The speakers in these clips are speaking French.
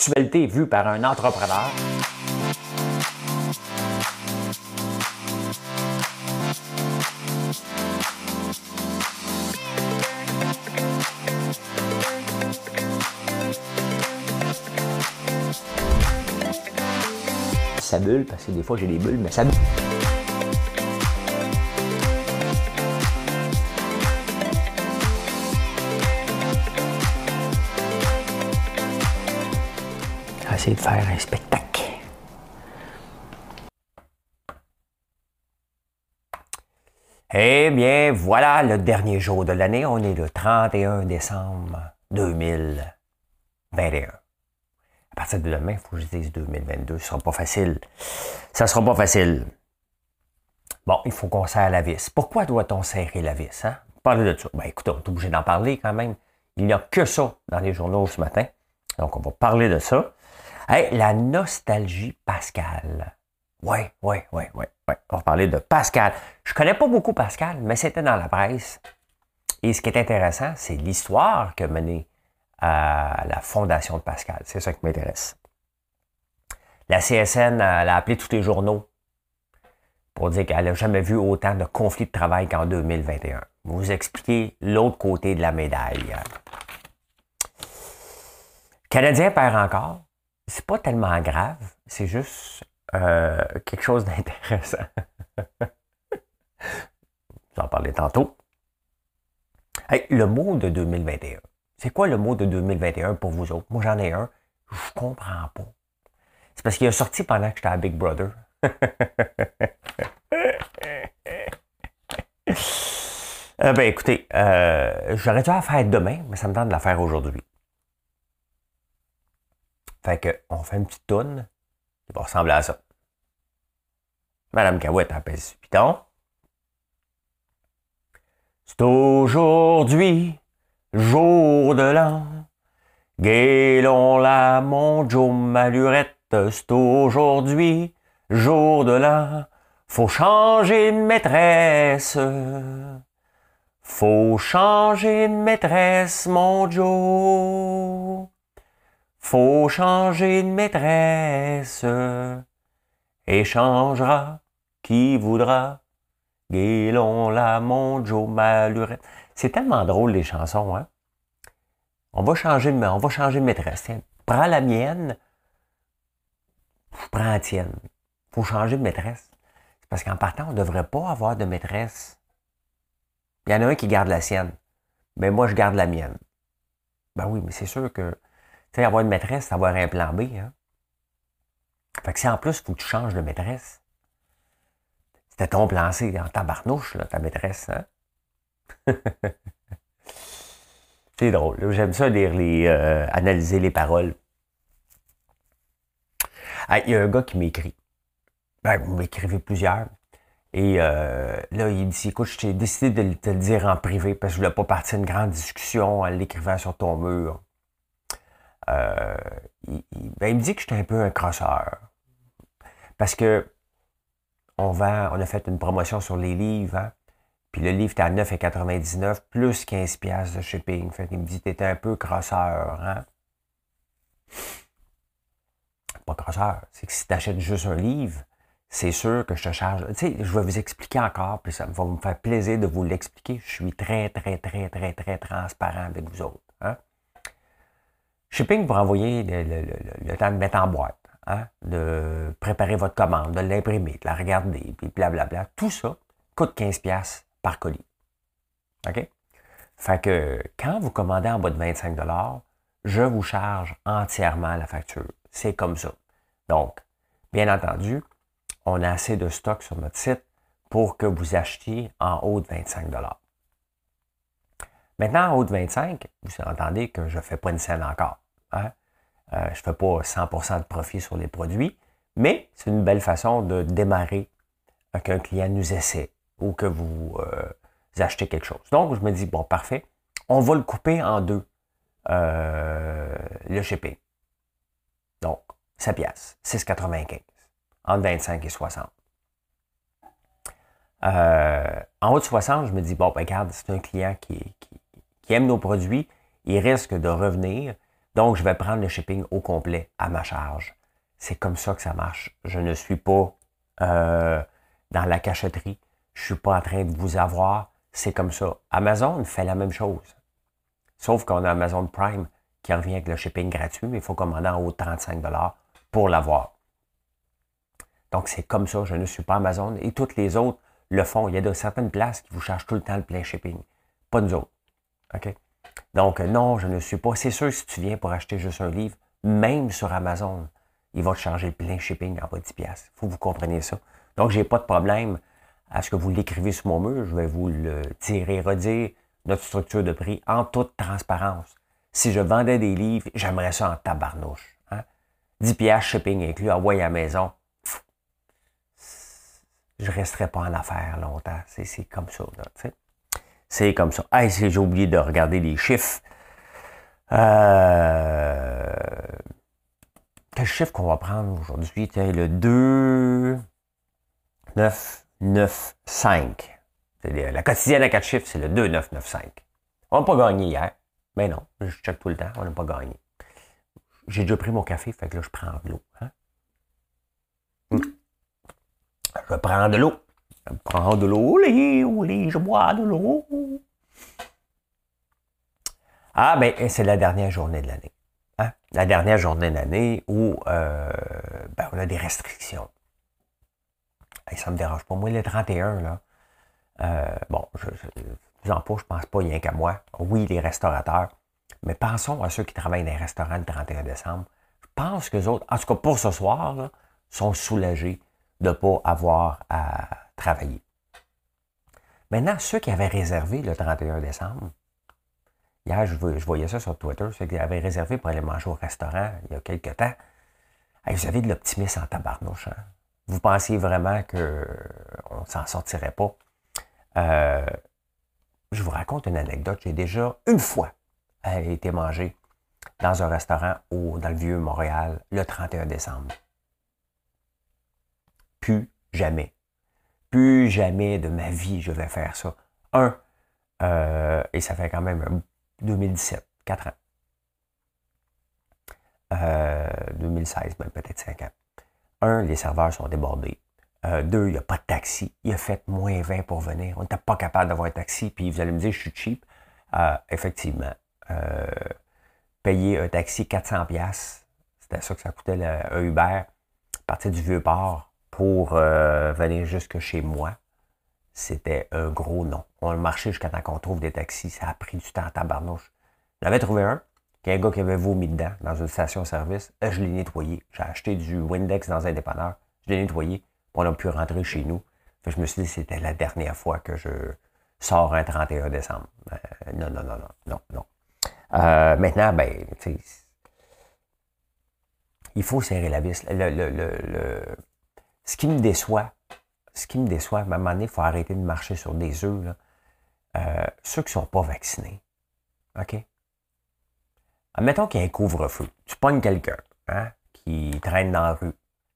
l'actualité vue par un entrepreneur. Ça bulle, parce que des fois j'ai des bulles, mais ça bulle. Je vais essayer de faire un spectacle. Eh bien, voilà le dernier jour de l'année. On est le 31 décembre 2021. À partir de demain, il faut que je dise 2022. Ce sera pas facile. Ça sera pas facile. Bon, il faut qu'on serre la vis. Pourquoi doit-on serrer la vis? Hein? Parler de ça. Ben, écoutez, on est obligé d'en parler quand même. Il n'y a que ça dans les journaux ce matin. Donc, on va parler de ça. Hey, la nostalgie Pascal. Oui. On va parler de Pascal. Je connais pas beaucoup Pascal, mais c'était dans la presse. Et ce qui est intéressant, c'est l'histoire qu'a menée à la fondation de Pascal. C'est ça qui m'intéresse. La CSN, elle a appelé tous les journaux pour dire qu'elle n'a jamais vu autant de conflits de travail qu'en 2021. Vous expliquez l'autre côté de la médaille. Canadien perd encore. C'est pas tellement grave. C'est juste quelque chose d'intéressant. Je vais en parler tantôt. Hey, le mot de 2021. C'est quoi le mot de 2021 pour vous autres? Moi, j'en ai un. Je comprends pas. C'est parce qu'il est sorti pendant que j'étais à Big Brother. Ben écoutez, j'aurais dû la faire demain, mais ça me tente de la faire aujourd'hui. Fait que, on fait une petite toune qui va ressembler à ça. Madame Cahouette appelle ce piton. C'est aujourd'hui, jour de l'an. Guélon la mon Joe Malurette. C'est aujourd'hui, jour de l'an. Faut changer de maîtresse. Faut changer de maîtresse, mon Joe. Faut changer de maîtresse. Échangera qui voudra. Guélon la mon Joe Malurette. C'est tellement drôle les chansons, hein? On va changer de maîtresse. Tiens, prends la mienne, je prends la tienne. Faut changer de maîtresse. C'est parce qu'en partant, on ne devrait pas avoir de maîtresse. Il y en a un qui garde la sienne. Mais moi, je garde la mienne. Ben oui, mais c'est sûr que, tu sais, avoir une maîtresse, c'est avoir un plan B, hein? Fait que si en plus, il faut que tu changes de maîtresse. C'était ton plan C en tabarnouche, là, ta maîtresse, hein? C'est drôle. J'aime ça lire analyser les paroles. Il y a un gars qui m'écrit. Ben, vous m'écrivez plusieurs. Et là, il dit, écoute, je t'ai décidé de te le dire en privé parce que je voulais pas partir une grande discussion en l'écrivant sur ton mur. Il me dit que j'étais un peu un crosseur. Parce que on a fait une promotion sur les livres, hein? Puis le livre était à 9,99 plus 15$ de shipping. Fait qu'il me dit, t'étais un peu crosseur, hein? Pas crosseur. C'est que si t'achètes juste un livre, c'est sûr que je te charge. Tu sais, je vais vous expliquer encore, puis ça va me faire plaisir de vous l'expliquer. Je suis très transparent avec vous autres, hein? Shipping pour envoyer le temps de mettre en boîte, hein? De préparer votre commande, de l'imprimer, de la regarder, puis blablabla. Tout ça coûte 15$ par colis. OK? Fait que quand vous commandez en bas de 25$, je vous charge entièrement la facture. C'est comme ça. Donc, bien entendu, on a assez de stock sur notre site pour que vous achetiez en haut de 25$. Maintenant, en haut de 25$, vous entendez que je ne fais pas une scène encore. Hein? Je ne fais pas 100% de profit sur les produits, mais c'est une belle façon de démarrer qu'un client nous essaie ou que vous achetez quelque chose. Donc, je me dis, bon, parfait, on va le couper en deux, le shipping. Donc, 7$, 6,95$, entre 25 et 60. En haut de 60, je me dis, bon, ben, regarde, c'est un client qui aime nos produits, il risque de revenir, Donc, je vais prendre le shipping au complet à ma charge. C'est comme ça que ça marche. Je ne suis pas dans la cachotterie. Je ne suis pas en train de vous avoir. C'est comme ça. Amazon fait la même chose. Sauf qu'on a Amazon Prime qui revient avec le shipping gratuit, mais il faut commander en haut de 35 $ pour l'avoir. Donc, c'est comme ça. Je ne suis pas Amazon. Et toutes les autres le font. Il y a de certaines places qui vous chargent tout le temps le plein shipping. Pas nous autres. OK? Donc, non, je ne suis pas. C'est sûr, si tu viens pour acheter juste un livre, même sur Amazon, il va te charger le plein shipping en bas de 10$. Il faut que vous compreniez ça. Donc, j'ai pas de problème à ce que vous l'écrivez sur mon mur. Je vais vous le dire et redire notre structure de prix en toute transparence. Si je vendais des livres, j'aimerais ça en tabarnouche. Hein? 10$ shipping inclus, envoyé à la maison. Je ne resterai pas en affaires longtemps. C'est comme ça. Là, c'est comme ça. Hey, j'ai oublié de regarder les chiffres. Quel chiffre qu'on va prendre aujourd'hui? Le 2, 9, 9, 5. La quotidienne à 4 chiffres, c'est le 2, 9, 9, 5. On n'a pas gagné hier. Mais non, je check tout le temps, on n'a pas gagné. J'ai déjà pris mon café, fait que là, je prends de l'eau. Hein? Je prends de l'eau. Je prends de l'eau. Olé, je bois de l'eau. Ah, ben, c'est la dernière journée de l'année. Hein? La dernière journée de l'année où ben, on a des restrictions. Et ça ne me dérange pas. Moi, le 31, là, bon, je pense pas rien qu'à moi. Oui, les restaurateurs. Mais pensons à ceux qui travaillent dans les restaurants le 31 décembre. Je pense qu'eux autres, en tout cas pour ce soir, là, sont soulagés de ne pas avoir à travailler. Maintenant, ceux qui avaient réservé le 31 décembre, hier, je voyais ça sur Twitter, ceux qui avaient réservé pour aller manger au restaurant il y a quelques temps, hey, vous avez de l'optimisme en tabarnouche. Hein? Vous pensiez vraiment qu'on ne s'en sortirait pas. Je vous raconte une anecdote. J'ai déjà une fois été mangé dans un restaurant dans le vieux Montréal le 31 décembre. Plus jamais. Plus jamais de ma vie je vais faire ça. Et ça fait quand même 2017, 4 ans. 2016, même peut-être 5 ans. 1, les serveurs sont débordés. 2, il n'y a pas de taxi. Il a fait moins 20 pour venir. On n'était pas capable d'avoir un taxi. Puis vous allez me dire, je suis cheap. Effectivement. Payer un taxi 400$, c'était ça que ça coûtait un Uber, à partir du Vieux-Port pour venir jusque chez moi. C'était un gros non. On a marché jusqu'à temps qu'on trouve des taxis. Ça a pris du temps à tabarnouche. J'avais trouvé un. Un gars qui avait vomi dedans dans une station-service. Je l'ai nettoyé. J'ai acheté du Windex dans un dépanneur. Je l'ai nettoyé. On a pu rentrer chez nous. Fait que je me suis dit que c'était la dernière fois que je sors un 31 décembre. Non. Maintenant, ben, tu sais, il faut serrer la vis. Ce qui me déçoit, à un moment donné, il faut arrêter de marcher sur des œufs. Là. Ceux qui ne sont pas vaccinés. OK? Admettons qu'il y a un couvre-feu. Tu pognes quelqu'un hein, qui traîne dans la rue.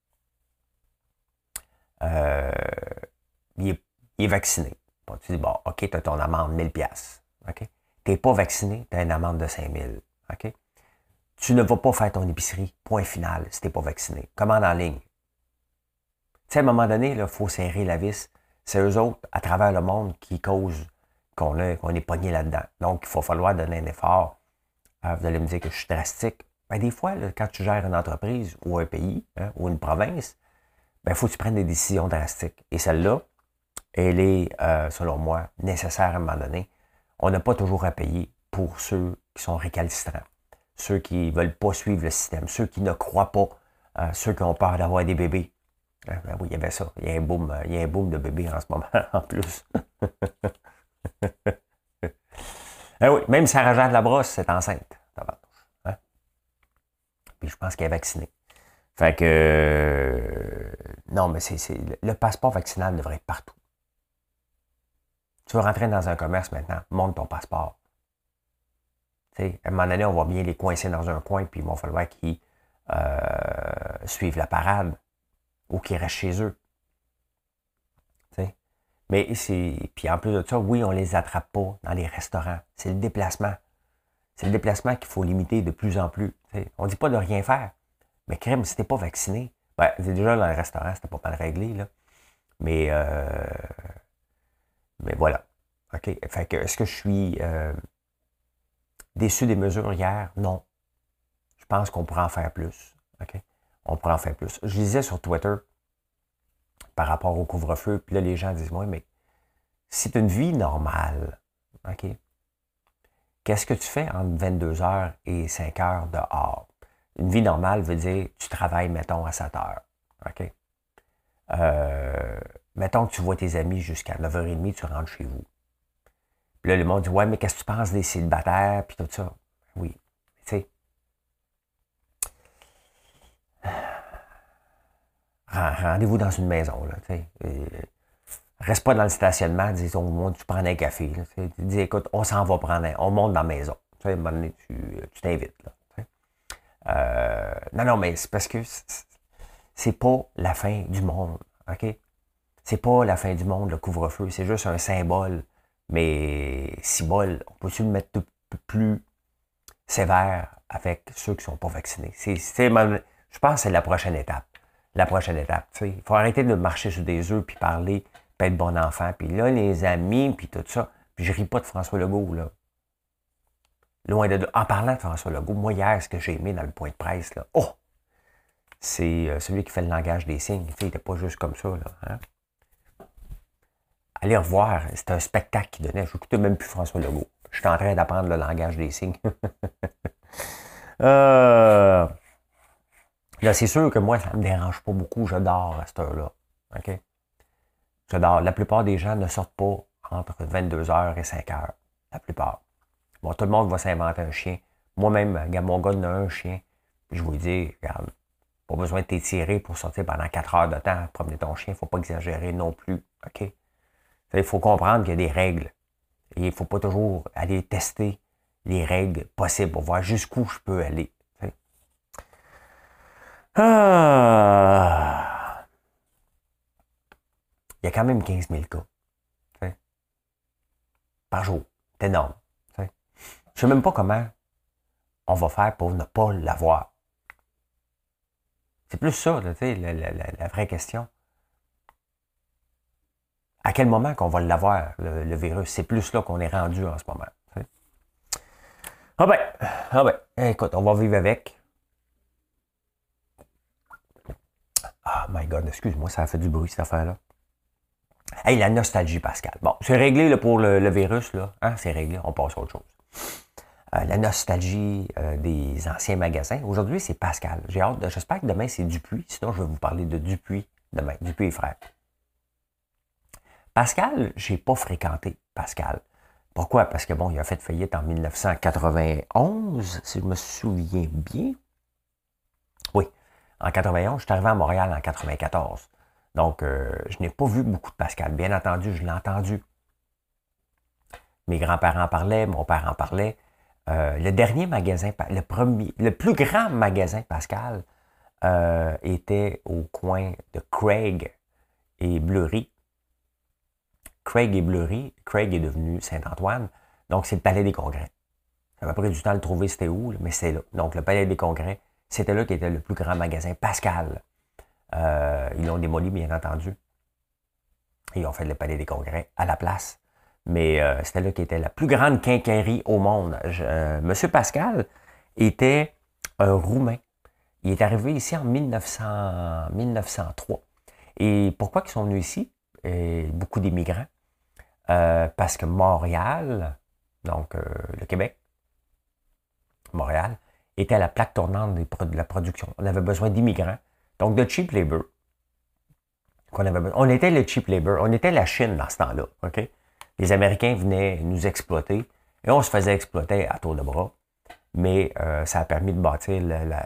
Il est vacciné. Bon, tu dis, bon, OK, tu as ton amende 1000$. OK? Tu n'es pas vacciné, tu as une amende de 5000$. OK? Tu ne vas pas faire ton épicerie, point final, si tu n'es pas vacciné. Commande en ligne. Tu sais, à un moment donné, il faut serrer la vis. C'est eux autres, à travers le monde, qui causent qu'on est pogné là-dedans. Donc, il va falloir donner un effort. Vous allez me dire que je suis drastique. Ben, des fois, là, quand tu gères une entreprise ou un pays hein, ou une province, ben, il faut que tu prennes des décisions drastiques. Et celle-là, elle est, selon moi, nécessaire à un moment donné. On n'a pas toujours à payer pour ceux qui sont récalcitrants, ceux qui ne veulent pas suivre le système, ceux qui ne croient pas, ceux qui ont peur d'avoir des bébés. Ben oui, il y avait ça. Il y a un boom de bébés en ce moment, en plus. Ben oui, même Sarah-Jeanne Labrosse, c'est enceinte. Hein? Puis je pense qu'elle est vaccinée. Fait que... non, mais le passeport vaccinal devrait être partout. Tu veux rentrer dans un commerce maintenant, montre ton passeport. Tu sais, à un moment donné, on va bien les coincer dans un coin, puis il va falloir qu'ils suivent la parade ou qu'ils restent chez eux. Tu sais. Mais puis en plus de ça, oui, on les attrape pas dans les restaurants. C'est le déplacement. C'est le déplacement qu'il faut limiter de plus en plus. T'sais. On ne dit pas de rien faire. Mais crème, si t'es pas vacciné, ben, déjà dans le restaurant, c'était pas mal réglé, là. Mais voilà. OK. Fait que est-ce que je suis déçu des mesures hier? Non. Je pense qu'on pourrait en faire plus. OK? On pourrait en faire plus. Je lisais sur Twitter par rapport au couvre-feu, puis là, les gens disent, oui, mais c'est une vie normale. OK? Qu'est-ce que tu fais entre 22 heures et 5 heures dehors? Une vie normale veut dire, tu travailles, mettons, à 7 heures. OK? Mettons que tu vois tes amis jusqu'à 9h30, tu rentres chez vous. Puis là, le monde dit, ouais, mais qu'est-ce que tu penses des célibataires, puis tout ça? Oui. Tu sais, rendez-vous dans une maison, là, tu sais. Reste pas dans le stationnement, dis au monde, tu prends un café. Là, tu dis, écoute, on s'en va prendre on monte dans la maison. Tu sais, à un moment donné, tu t'invites. Là, tu sais. Non, mais c'est parce que c'est pas la fin du monde, OK? C'est pas la fin du monde, le couvre-feu. C'est juste un symbole. Mais symbole, on peut-tu le mettre plus sévère avec ceux qui sont pas vaccinés? Je pense que c'est la prochaine étape. La prochaine étape, tu sais. Il faut arrêter de marcher sur des œufs puis parler, puis être bon enfant. Puis là, les amis, puis tout ça. Puis je ris pas de François Legault, là. Loin de... En parlant de François Legault, moi, hier, ce que j'ai aimé dans le point de presse, là, oh! C'est celui qui fait le langage des signes. Tu sais, il n'était pas juste comme ça, là. Hein? Allez revoir, c'était un spectacle qu'il donnait. Je n'écoutais même plus François Legault. J'étais en train d'apprendre le langage des signes. Là, c'est sûr que moi, ça ne me dérange pas beaucoup. Je dors à cette heure-là. OK? Je dors. La plupart des gens ne sortent pas entre 22 heures et 5 heures. La plupart. Bon, tout le monde va s'inventer un chien. Moi-même, regarde, mon gars en a un chien. Puis je vous dis, regarde, pas besoin de t'étirer pour sortir pendant 4 heures de temps, promener ton chien. Il ne faut pas exagérer non plus. OK? Il faut comprendre qu'il y a des règles. Et il ne faut pas toujours aller tester les règles possibles pour voir jusqu'où je peux aller. Ah. Il y a quand même 15 000 cas. T'sais, par jour. C'est énorme. T'sais. Je ne sais même pas comment on va faire pour ne pas l'avoir. C'est plus ça, là, la vraie question. À quel moment qu'on va l'avoir, le virus? C'est plus là qu'on est rendu en ce moment. T'sais. Ah ben, écoute, on va vivre avec. Ah, my God, excuse-moi, ça a fait du bruit, cette affaire-là. Hey, la nostalgie, Pascal. Bon, c'est réglé là, pour le virus, là. Hein? C'est réglé, on passe à autre chose. La nostalgie des anciens magasins. Aujourd'hui, c'est Pascal. J'ai hâte, j'espère que demain, c'est Dupuis. Sinon, je vais vous parler de Dupuis demain. Dupuis et frères. Pascal, j'ai pas fréquenté Pascal. Pourquoi? Parce que bon, il a fait faillite en 1991, si je me souviens bien. Oui, en 91, je suis arrivé à Montréal en 94. Donc, je n'ai pas vu beaucoup de Pascal. Bien entendu, je l'ai entendu. Mes grands-parents parlaient, mon père en parlait. Le dernier magasin, le plus grand magasin Pascal était au coin de Craig et Bleury. Craig et Bleury. Craig est devenu Saint-Antoine. Donc, c'est le Palais des Congrès. Ça m'a pris du temps de trouver c'était où, mais c'est là. Donc, le Palais des Congrès, c'était là qu'était le plus grand magasin Pascal. Ils l'ont démoli, bien entendu. Ils ont fait le Palais des Congrès à la place. Mais c'était là qu'était la plus grande quincaillerie au monde. Monsieur Pascal était un Roumain. Il est arrivé ici en 1903. Et pourquoi ils sont venus ici? Beaucoup d'immigrants. Parce que Montréal, donc le Québec, Montréal, était à la plaque tournante de la production. On avait besoin d'immigrants. Donc, de cheap labor. On était le cheap labor. On était la Chine dans ce temps-là. OK? Les Américains venaient nous exploiter. Et on se faisait exploiter à tour de bras. Mais ça a permis de bâtir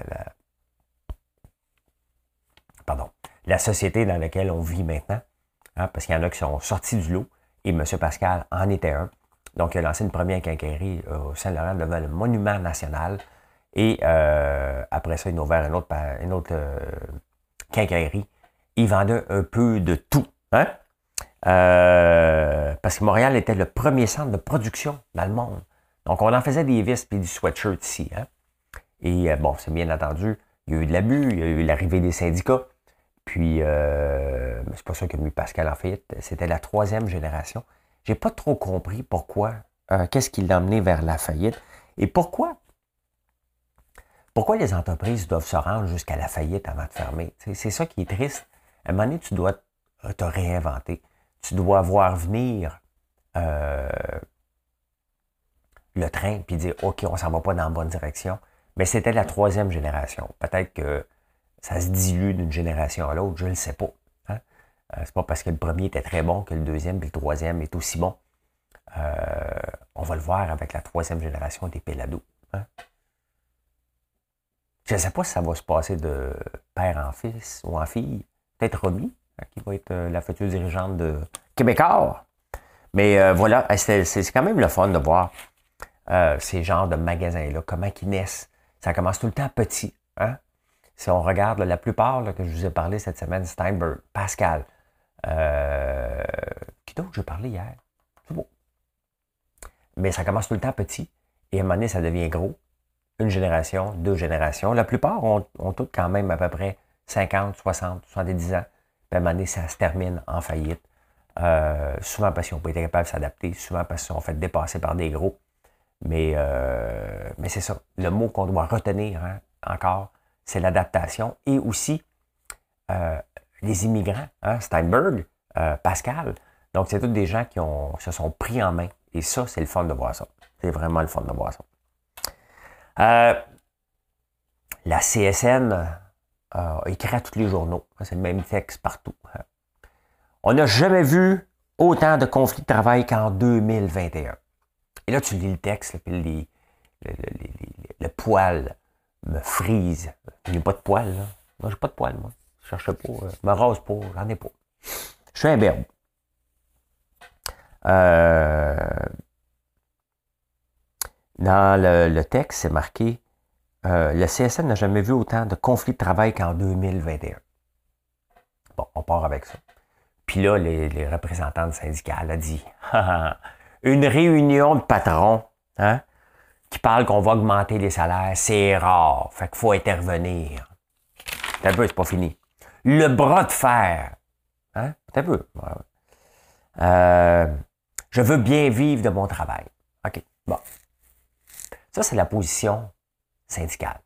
la société dans laquelle on vit maintenant. Hein, parce qu'il y en a qui sont sortis du lot. Et M. Pascal en était un. Donc, il a lancé une première quincaillerie au Saint-Laurent devant le Monument national. Et après ça, il a ouvert une autre quincaillerie. Il vendait un peu de tout. Hein? Parce que Montréal était le premier centre de production dans le monde Donc, on en faisait des vestes et du sweatshirt ici. Hein? Et bon, c'est bien entendu, il y a eu de l'abus, il y a eu l'arrivée des syndicats. Puis, c'est pas ça qui a mis Pascal en faillite. C'était la 3e génération. J'ai pas trop compris pourquoi, qu'est-ce qui l'a emmené vers la faillite et pourquoi les entreprises doivent se rendre jusqu'à la faillite avant de fermer. C'est ça qui est triste. À un moment donné, tu dois te réinventer. Tu dois voir venir le train puis dire, OK, on s'en va pas dans la bonne direction. Mais c'était la 3e génération. Peut-être que ça se dilue d'une génération à l'autre, je ne le sais pas. Hein? C'est pas parce que le premier était très bon que le deuxième et le troisième est aussi bon. On va le voir avec la 3e génération des Pélados. Hein? Je ne sais pas si ça va se passer de père en fils ou en fille. Peut-être Romy, hein, qui va être la future dirigeante de Québécois. Mais voilà, c'est quand même le fun de voir ces genres de magasins-là, comment ils naissent. Ça commence tout le temps petit. Hein? Si on regarde la plupart là, que je vous ai parlé cette semaine, Steinberg, Pascal, qui d'autre j'ai parlé hier? C'est beau. Mais ça commence tout le temps petit et à un moment donné, ça devient gros. Une génération, 2 générations. La plupart ont toutes quand même à peu près 50, 60, 70 ans. Puis à un moment donné, ça se termine en faillite. Souvent parce qu'ils n'ont pas été capables de s'adapter, souvent parce qu'ils sont fait dépasser par des gros. Mais c'est ça. Le mot qu'on doit retenir hein, encore, c'est l'adaptation. Et aussi les immigrants, hein, Steinberg, Pascal. Donc, c'est tous des gens qui se sont pris en main. Et ça, c'est le fun de voir ça. C'est vraiment le fun de voir ça. La CSN écrit à tous les journaux. C'est le même texte partout. Hein. On n'a jamais vu autant de conflits de travail qu'en 2021. Et là, tu lis le texte, puis le poil me frise. Il n'y a pas de poil, là. Moi, j'ai pas de poil, moi. Je cherche pas. Je me rase pas, j'en ai pas. Je suis un berbe. Dans le texte, c'est marqué le CSN n'a jamais vu autant de conflits de travail qu'en 2021. Bon, on part avec ça. Puis là, les représentants syndicales ont dit une réunion de patrons hein, qui parle qu'on va augmenter les salaires, c'est rare. Fait qu'il faut intervenir. T'as un peu, c'est pas fini. Le bras de fer. Hein? T'as un peu. Je veux bien vivre de mon travail. OK. Bon. Ça, c'est la position syndicale.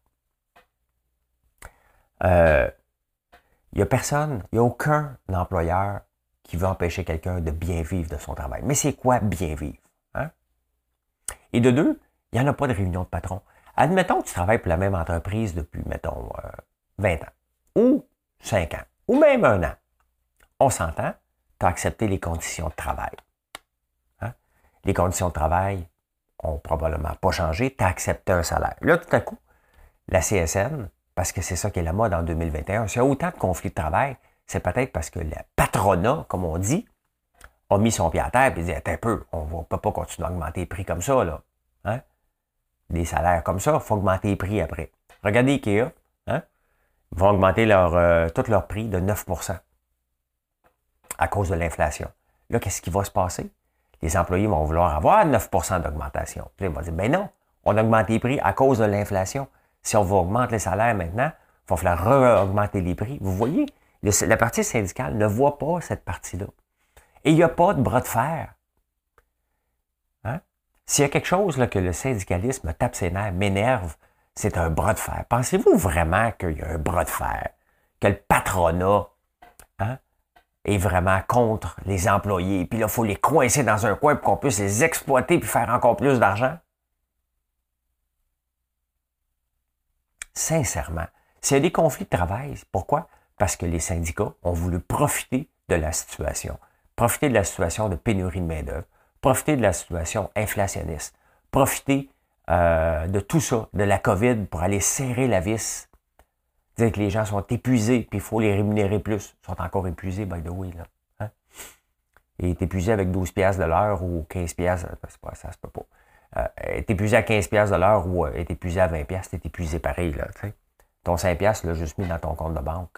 Il n'y a personne, il n'y a aucun employeur qui veut empêcher quelqu'un de bien vivre de son travail. Mais c'est quoi bien vivre? Hein? Et de deux, il n'y en a pas de réunion de patron. Admettons que tu travailles pour la même entreprise depuis, mettons, 20 ans, ou 5 ans, ou même 1 an. On s'entend, tu as accepté les conditions de travail. Hein? Les conditions de travail n'ont probablement pas changé, tu as accepté un salaire. Là, tout à coup, la CSN, parce que c'est ça qui est la mode en 2021, s'il y a autant de conflits de travail, c'est peut-être parce que le patronat, comme on dit, a mis son pied à terre et dit, attends un peu, on ne peut pas continuer à augmenter les prix comme ça, là. Hein? Des salaires comme ça, il faut augmenter les prix après. Regardez Ikea, hein? Ils vont augmenter tous leurs prix de 9% à cause de l'inflation. Là, qu'est-ce qui va se passer? Les employés vont vouloir avoir 9% d'augmentation. Puis là, ils vont dire, ben non, on augmente les prix à cause de l'inflation. Si on va augmenter les salaires maintenant, il va falloir augmenter les prix. Vous voyez, la partie syndicale ne voit pas cette partie-là. Et il n'y a pas de bras de fer. Hein? S'il y a quelque chose là, que le syndicalisme tape ses nerfs, m'énerve, c'est un bras de fer. Pensez-vous vraiment qu'il y a un bras de fer? Que le patronat hein, est vraiment contre les employés? Puis là, il faut les coincer dans un coin pour qu'on puisse les exploiter et faire encore plus d'argent? Sincèrement, s'il y a des conflits de travail, pourquoi? Parce que les syndicats ont voulu profiter de la situation. Profiter de la situation de pénurie de main-d'œuvre, profiter de la situation inflationniste, profiter de tout ça, de la COVID, pour aller serrer la vis, dire que les gens sont épuisés, puis il faut les rémunérer plus. Ils sont encore épuisés, by the way. Là. Hein? Et est épuisé avec 12$ de l'heure ou 15$, ça se peut pas. Est épuisé à 15$ de l'heure ou est épuisé à 20$, t'es épuisé pareil. Là, t'sais. Ton 5$, là, juste mis dans ton compte de banque.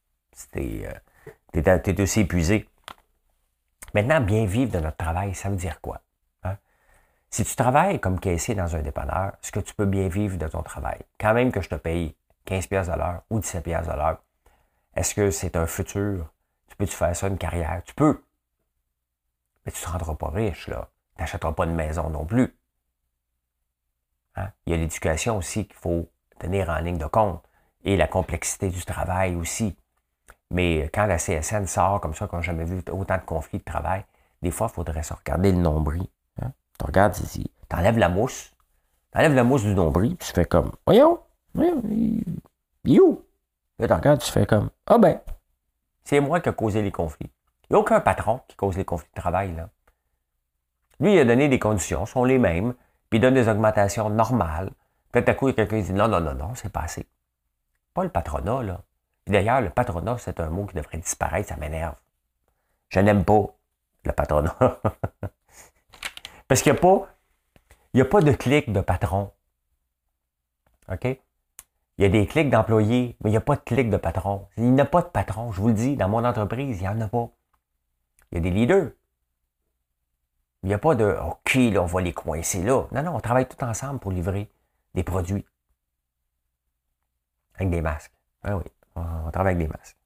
T'es aussi épuisé. Maintenant, bien vivre de notre travail, ça veut dire quoi? Hein? Si tu travailles comme caissier dans un dépanneur, est-ce que tu peux bien vivre de ton travail? Quand même que je te paye 15$ de l'heure ou 17$ de l'heure, est-ce que c'est un futur? Tu peux-tu faire ça une carrière? Tu peux. Mais tu ne te rendras pas riche, là. Tu n'achèteras pas de maison non plus. Hein? Il y a l'éducation aussi qu'il faut tenir en ligne de compte. Et la complexité du travail aussi. Mais quand la CSN sort comme ça, qu'on n'a jamais vu autant de conflits de travail, des fois, il faudrait se regarder le nombril. Hein? Tu regardes ici, tu enlèves la mousse. Tu enlèves la mousse du nombril, puis tu fais comme, voyons, il est où? Là, tu regardes, tu fais comme, ah ben, c'est moi qui ai causé les conflits. Il n'y a aucun patron qui cause les conflits de travail, là. Lui, il a donné des conditions, sont les mêmes, puis il donne des augmentations normales. Puis tout à coup, il y a quelqu'un qui dit, non, c'est pas assez. Pas le patronat, là. Et d'ailleurs, le patronat, c'est un mot qui devrait disparaître, ça m'énerve. Je n'aime pas le patronat. Parce qu'il n'y a pas de clic de patron. OK? Il y a des clics d'employés, mais il n'y a pas de clic de patron. Il n'y a pas de patron, je vous le dis, dans mon entreprise, il n'y en a pas. Il y a des leaders. Il n'y a pas de OK, là, on va les coincer là. Non, on travaille tout ensemble pour livrer des produits. Avec des masques. Ah oui, on travaille avec des masques.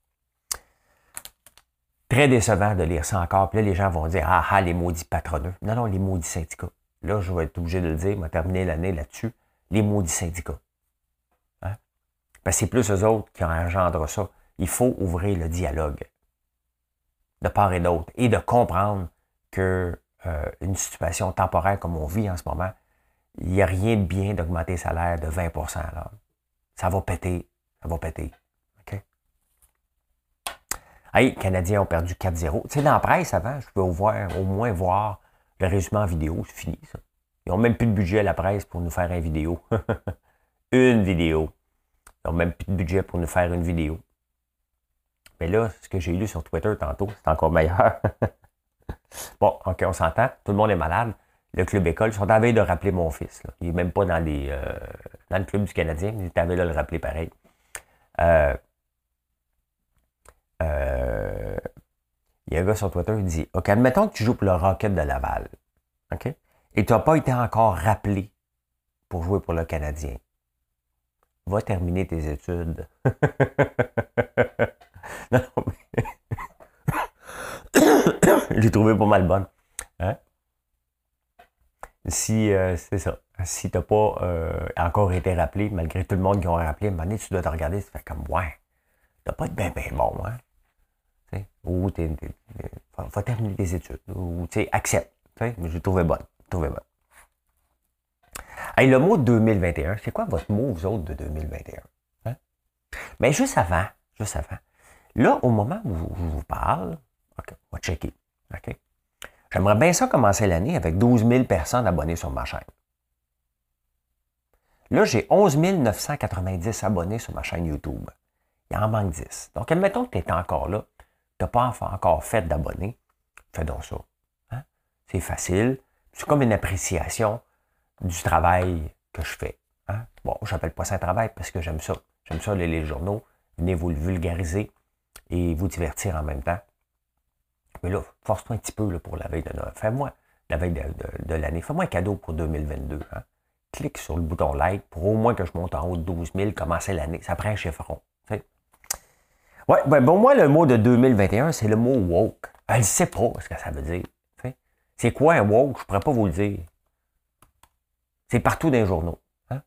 Très décevant de lire ça encore. Puis là, les gens vont dire ah, les maudits patroneux. Non, les maudits syndicats. Là, je vais être obligé de le dire, je vais terminer l'année là-dessus. Les maudits syndicats. Hein? Parce que c'est plus eux autres qui engendrent ça. Il faut ouvrir le dialogue. De part et d'autre. Et de comprendre que une situation temporaire comme on vit en ce moment, il n'y a rien de bien d'augmenter le salaire de 20% là. Ça va péter. Ça va péter. OK? Hey, les Canadiens ont perdu 4-0. Tu sais, dans la presse avant, je peux au moins voir le résumé en vidéo. C'est fini, ça. Ils n'ont même plus de budget à la presse pour nous faire une vidéo. Une vidéo. Ils n'ont même plus de budget pour nous faire une vidéo. Mais là, ce que j'ai lu sur Twitter tantôt, c'est encore meilleur. Bon, OK, on s'entend. Tout le monde est malade. Le club école, ils sont en veille de rappeler mon fils. Là. Il n'est même pas dans le club du Canadien, mais ils étaient en veille de le rappeler pareil. Il y a un gars sur Twitter qui dit OK, admettons que tu joues pour le Rocket de Laval. OK? Et tu n'as pas été encore rappelé pour jouer pour le Canadien. Va terminer tes études. Non, mais... J'ai trouvé pas mal bonne. Hein? Si, c'est ça. Si tu n'as pas encore été rappelé, malgré tout le monde qui ont rappelé, à un moment donné, tu dois te regarder, tu fais comme, ouais, tu dois pas être bien bon, hein? T'sais? Ou faut terminer tes études. Ou, tu sais, accepte. Mais j'ai trouvé bonne. Hey, le mot 2021, c'est quoi votre mot, vous autres, de 2021? Hein? Mais juste avant, là, au moment où je vous parle, OK, on va checker. OK? J'aimerais bien ça commencer l'année avec 12 000 personnes abonnées sur ma chaîne. Là, j'ai 11 990 abonnés sur ma chaîne YouTube. Il en manque 10. Donc, admettons que tu es encore là, tu n'as pas encore fait d'abonnés, fais donc ça. Hein? C'est facile. C'est comme une appréciation du travail que je fais. Hein? Bon, je n'appelle pas ça un travail parce que j'aime ça. J'aime ça, les journaux. Venez vous le vulgariser et vous divertir en même temps. Mais là, force-toi un petit peu là, pour la veille de Noël. Fais-moi, la veille de l'année, fais-moi un cadeau pour 2022. Hein? Clique sur le bouton like pour au moins que je monte en haut de 12 000, commencer l'année. Ça prend un chiffron. Oui, ben, bon, moi, le mot de 2021, c'est le mot woke. Elle ne sait pas ce que ça veut dire. T'sais. C'est quoi un woke? Je ne pourrais pas vous le dire. C'est partout dans les journaux. Hein?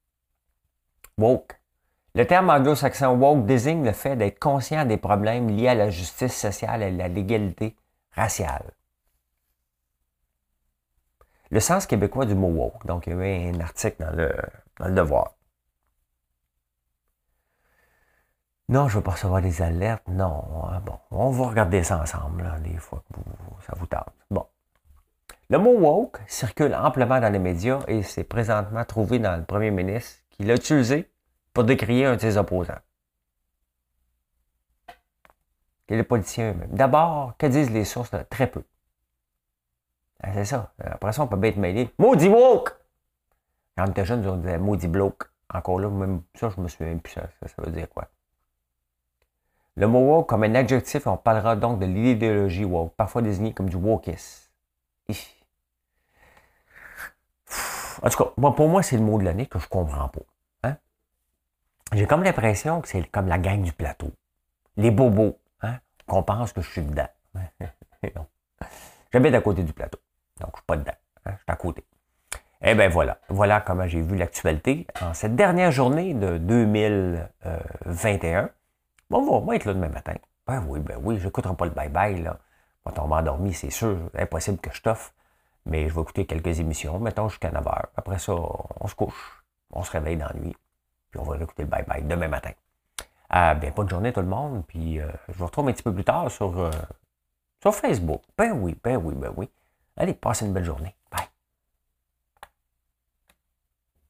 Woke. Le terme anglo-saxon woke désigne le fait d'être conscient des problèmes liés à la justice sociale et à l'égalité raciale. Le sens québécois du mot woke. Donc, il y avait un article dans le Devoir. Non, je ne veux pas recevoir des alertes. Non, bon, on va regarder ça ensemble, là, des fois que ça vous tente. Bon. Le mot woke circule amplement dans les médias et c'est présentement trouvé dans le premier ministre qui l'a utilisé pour décrier un de ses opposants. Et les politiciens eux-mêmes. D'abord, que disent les sources? Très peu. Ah, c'est ça. Après ça, on peut bien être mêlé. Maudit woke! Quand on était jeune, on disait maudit bloke. Encore là, même ça, je me souviens même plus ça veut dire quoi. Le mot woke comme un adjectif, on parlera donc de l'idéologie woke, parfois désignée comme du wokisme. En tout cas, pour moi, c'est le mot de l'année que je comprends pas. Hein? J'ai comme l'impression que c'est comme la gang du plateau. Les bobos, hein? Qu'on pense que je suis dedans. Non. J'habite à côté du plateau. Donc, je suis pas dedans. Hein? Je suis à côté. Eh bien, voilà. Voilà comment j'ai vu l'actualité en cette dernière journée de 2021. Bon, on va être là demain matin. Ben oui, je n'écouterai pas le bye-bye, là. Je vais tomber endormi, c'est sûr. C'est impossible que je t'offre. Mais je vais écouter quelques émissions, mettons jusqu'à 9 heures. Après ça, on se couche. On se réveille dans la nuit. Puis on va écouter le bye-bye demain matin. Bonne journée tout le monde. Puis je vous retrouve un petit peu plus tard sur Facebook. Ben oui. Allez, passez une belle journée. Bye.